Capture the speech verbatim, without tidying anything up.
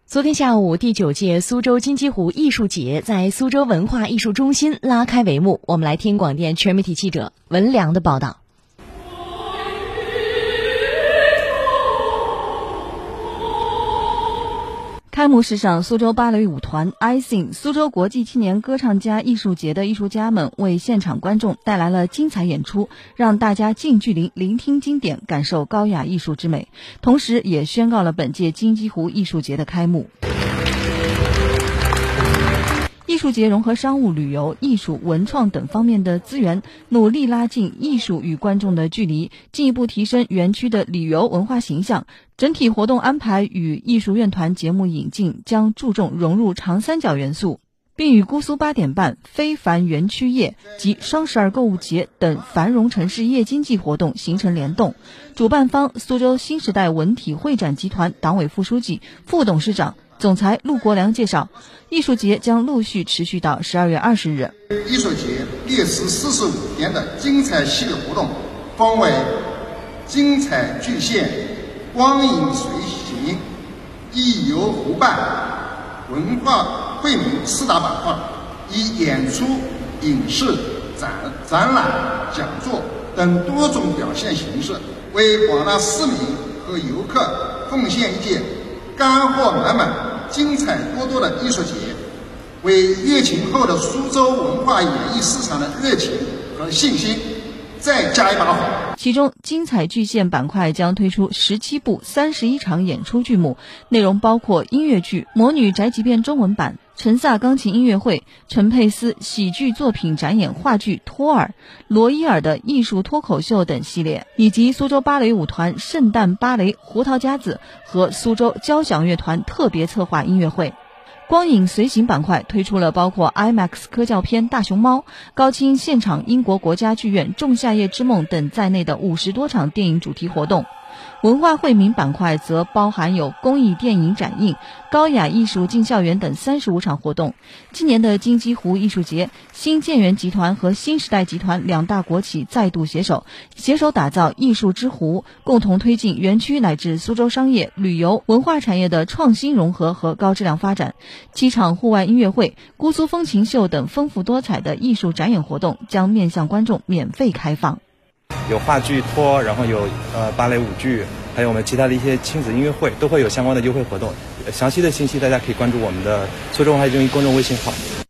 昨天下午，第九届苏州金鸡湖艺术节在苏州文化艺术中心拉开帷幕。我们来听广电全媒体记者文良的报道。 开幕式上，苏州芭蕾舞团 I Sing 苏州国际青年歌唱家艺术节的艺术家们为现场观众带来了精彩演出，让大家近距离聆听经典，感受高雅艺术之美，同时也宣告了本届金鸡湖艺术节的开幕。艺术节融合商务、旅游、艺术、文创等方面的资源，努力拉近艺术与观众的距离，进一步提升园区的旅游文化形象。整体活动安排与艺术院团节目引进将注重融入长三角元素，并与姑苏八点半、非凡园区夜及双十二购物节等繁荣城市夜经济活动形成联动。主办方苏州新时代文体会展集团党委副书记、副董事长、总裁陆国良介绍，艺术节将陆续持续到十二月二十日。 艺术节历时四十五天的精彩系列活动，分为精彩巨献、光影随行、艺游湖畔、文化惠民四大板块，以演出、影视、展展览、讲座等多种表现形式，为广大市民和游客奉献一届干货满满、精彩多多的艺术节，为疫情后的苏州文化演艺市场的热情和信心再加一把火。 其中精彩巨献板块将推出十七部三十一场演出剧目，内容包括音乐剧《魔女宅急便》中文版、陈萨钢琴音乐会、陈佩斯喜剧作品展演话剧《托尔》、罗伊尔的艺术脱口秀等系列，以及苏州芭蕾舞团圣诞芭蕾胡桃夹子和苏州交响乐团特别策划音乐会。光影随行板块推出了包括 IMAX 科教片《大熊猫》、高清现场英国国家剧院《仲夏夜之梦》等在内的五十多场电影主题活动。文化惠民板块则包含有公益电影展映、高雅艺术进校园等三十五场活动。今年的金鸡湖艺术节，新建园集团和新时代集团两大国企再度携手，携手打造艺术之湖，共同推进园区乃至苏州商业、旅游、文化产业的创新融合和高质量发展。七场户外音乐会、姑苏风情秀等丰富多彩的艺术展演活动将面向观众免费开放。 有话剧托，然后有呃芭蕾舞剧，还有我们其他的一些亲子音乐会，都会有相关的优惠活动。详细的信息大家可以关注我们的苏州文化中心公众微信号。